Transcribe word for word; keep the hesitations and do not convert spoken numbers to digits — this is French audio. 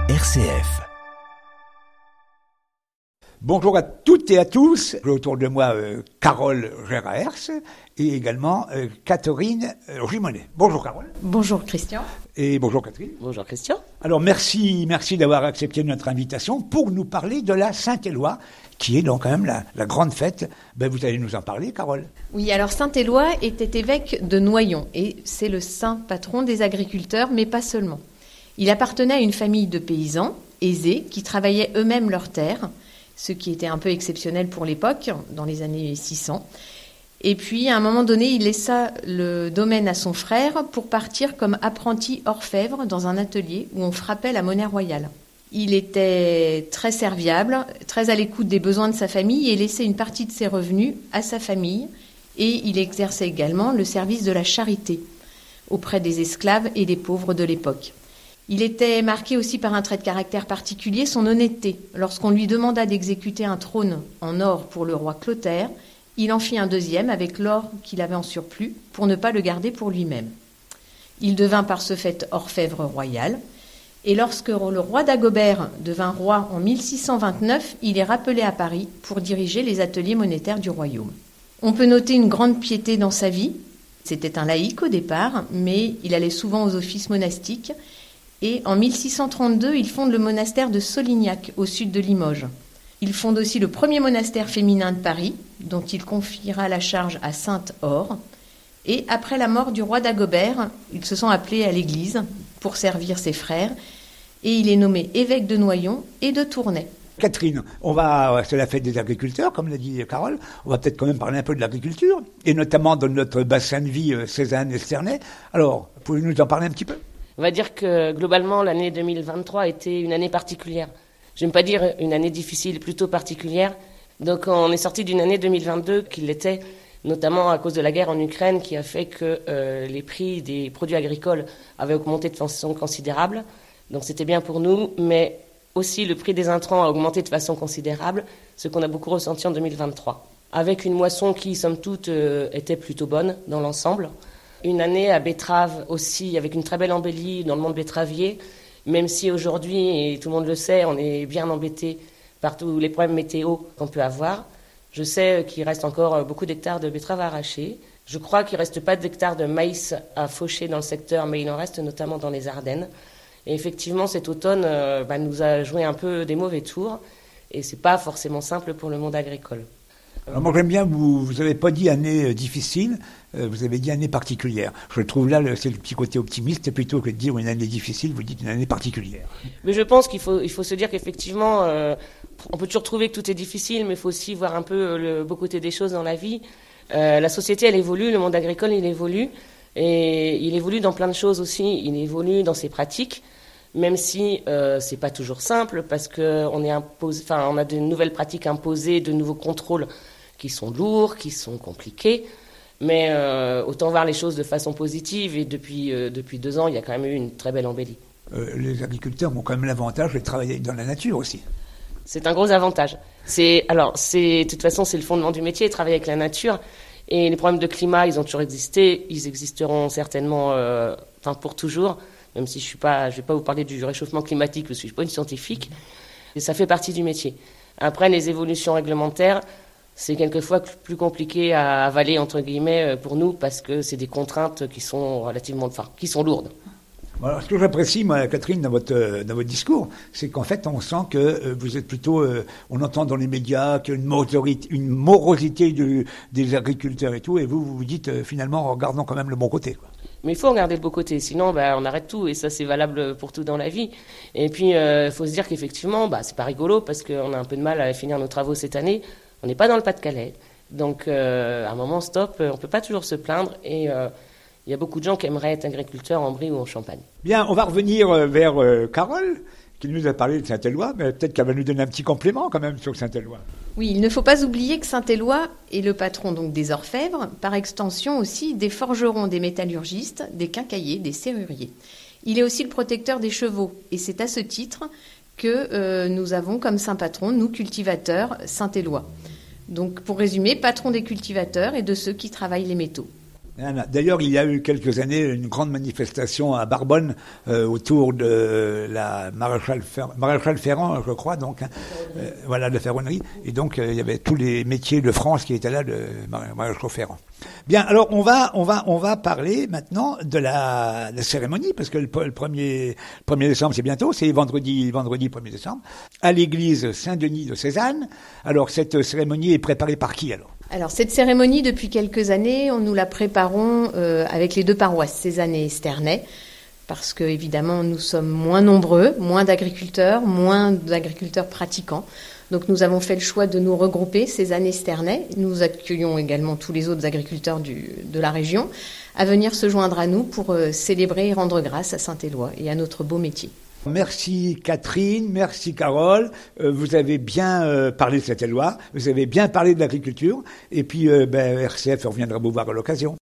R C F. Bonjour à toutes et à tous. J'ai autour de moi euh, Carole Geraers et également euh, Catherine euh, Gimonet. Bonjour Carole. Bonjour Christian. Et bonjour Catherine. Bonjour Christian. Alors merci, merci d'avoir accepté notre invitation pour nous parler de la Saint-Éloi, qui est donc quand même la, la grande fête. Ben, vous allez nous en parler, Carole. Oui, alors Saint-Éloi était évêque de Noyon et c'est le saint patron des agriculteurs, mais pas seulement. Il appartenait à une famille de paysans aisés qui travaillaient eux-mêmes leurs terres, ce qui était un peu exceptionnel pour l'époque, dans les années six cents. Et puis, à un moment donné, il laissa le domaine à son frère pour partir comme apprenti orfèvre dans un atelier où on frappait la monnaie royale. Il était très serviable, très à l'écoute des besoins de sa famille et laissait une partie de ses revenus à sa famille. Et il exerçait également le service de la charité auprès des esclaves et des pauvres de l'époque. Il était marqué aussi par un trait de caractère particulier, son honnêteté. Lorsqu'on lui demanda d'exécuter un trône en or pour le roi Clotaire, il en fit un deuxième avec l'or qu'il avait en surplus pour ne pas le garder pour lui-même. Il devint par ce fait orfèvre royal. Et lorsque le roi Dagobert devint roi en mille six cent vingt-neuf, il est rappelé à Paris pour diriger les ateliers monétaires du royaume. On peut noter une grande piété dans sa vie. C'était un laïc au départ, mais il allait souvent aux offices monastiques. Et en mille six cent trente-deux, il fonde le monastère de Solignac, au sud de Limoges. Il fonde aussi le premier monastère féminin de Paris, dont il confiera la charge à Sainte Aure. Et après la mort du roi Dagobert, ils se sont appelés à l'église pour servir ses frères. Et il est nommé évêque de Noyon et de Tournai. Catherine, on va, c'est la fête des agriculteurs, comme l'a dit Carole. On va peut-être quand même parler un peu de l'agriculture, et notamment de notre bassin de vie euh, Cézanne-Esternay. Alors, pouvez-vous nous en parler un petit peu ? On va dire que globalement, l'année deux mille vingt-trois a été une année particulière. Je n'aime pas dire une année difficile, plutôt particulière. Donc on est sorti d'une année deux mille vingt-deux qui l'était, notamment à cause de la guerre en Ukraine, qui a fait que euh, les prix des produits agricoles avaient augmenté de façon considérable. Donc c'était bien pour nous, mais aussi le prix des intrants a augmenté de façon considérable, ce qu'on a beaucoup ressenti en deux mille vingt-trois. Avec une moisson qui, somme toute, euh, était plutôt bonne dans l'ensemble. Une année à betterave aussi, avec une très belle embellie dans le monde betteravier, même si aujourd'hui, et tout le monde le sait, on est bien embêté par tous les problèmes météo qu'on peut avoir. Je sais qu'il reste encore beaucoup d'hectares de betteraves à arracher. Je crois qu'il ne reste pas d'hectares de maïs à faucher dans le secteur, mais il en reste notamment dans les Ardennes. Et effectivement, cet automne euh, bah, nous a joué un peu des mauvais tours, et ce n'est pas forcément simple pour le monde agricole. Alors moi j'aime bien, vous vous avez pas dit année euh, difficile, euh, vous avez dit année particulière. Je trouve là, le, c'est le petit côté optimiste, plutôt que de dire une année difficile, vous dites une année particulière. Mais je pense qu'il faut, il faut se dire qu'effectivement, euh, on peut toujours trouver que tout est difficile, mais il faut aussi voir un peu le beau côté des choses dans la vie. Euh, la société, elle évolue, le monde agricole, il évolue, et il évolue dans plein de choses aussi. Il évolue dans ses pratiques, même si euh, c'est pas toujours simple, parce que on est imposé, enfin, on a de nouvelles pratiques imposées, de nouveaux contrôles qui sont lourds, qui sont compliqués, mais euh, autant voir les choses de façon positive, et depuis, euh, depuis deux ans, il y a quand même eu une très belle embellie. Euh, les agriculteurs ont quand même l'avantage de travailler dans la nature aussi. C'est un gros avantage. C'est, alors, c'est, de toute façon, c'est le fondement du métier, travailler avec la nature, et les problèmes de climat, ils ont toujours existé, ils existeront certainement, euh, enfin, pour toujours, même si je suis pas, je vais pas vous parler du réchauffement climatique, parce que je suis pas une scientifique, et ça fait partie du métier. Après, les évolutions réglementaires, c'est quelquefois plus compliqué à avaler, entre guillemets, pour nous, parce que c'est des contraintes qui sont relativement, enfin, qui sont lourdes. Alors, ce que j'apprécie, moi, Catherine, dans votre, dans votre discours, c'est qu'en fait, on sent que euh, vous êtes plutôt, euh, on entend dans les médias qu'il y a une morosité, une morosité du, des agriculteurs et tout, et vous, vous vous dites, euh, finalement, regardons quand même le bon côté, quoi. Mais il faut regarder le beau côté, sinon bah, on arrête tout, et ça c'est valable pour tout dans la vie. Et puis il euh, faut se dire qu'effectivement, bah, c'est pas rigolo, parce qu'on a un peu de mal à finir nos travaux cette année. On n'est pas dans le Pas-de-Calais, donc euh, à un moment, stop, on ne peut pas toujours se plaindre, et euh, il y a beaucoup de gens qui aimeraient être agriculteurs en Brie ou en Champagne. Bien, on va revenir vers euh, Carole, qui nous a parlé de Saint-Éloi, mais peut-être qu'elle va nous donner un petit complément quand même sur Saint-Éloi. Oui, il ne faut pas oublier que Saint-Éloi est le patron donc des orfèvres, par extension aussi des forgerons, des métallurgistes, des quincailliers, des serruriers. Il est aussi le protecteur des chevaux, et c'est à ce titre que euh, nous avons comme saint patron, nous cultivateurs, Saint-Éloi. Donc pour résumer, patron des cultivateurs et de ceux qui travaillent les métaux. D'ailleurs, il y a eu quelques années une grande manifestation à Barbonne euh, autour de la maréchal, Fer... maréchal Ferrand, je crois, donc hein, euh, voilà, de la ferronnerie. Et donc euh, il y avait tous les métiers de France qui étaient là, de maréchal Ferrand. Bien, alors on va, on va, on va parler maintenant de la, la cérémonie, parce que le, le premier, premier décembre, c'est bientôt, c'est vendredi, vendredi premier décembre, à l'église Saint-Denis de Cézanne. Alors cette cérémonie est préparée par qui alors? Alors cette cérémonie, depuis quelques années, on nous la préparons euh, avec les deux paroisses, Cézanne et Esternay, parce que évidemment nous sommes moins nombreux, moins d'agriculteurs, moins d'agriculteurs pratiquants. Donc nous avons fait le choix de nous regrouper, Cézanne et Esternay. Nous accueillons également tous les autres agriculteurs du, de la région à venir se joindre à nous pour euh, célébrer et rendre grâce à Saint-Éloi et à notre beau métier. Merci Catherine, merci Carole. Euh, vous avez bien euh, parlé de Saint-Éloi, vous avez bien parlé de l'agriculture, et puis euh, ben, R C F reviendra vous voir à l'occasion.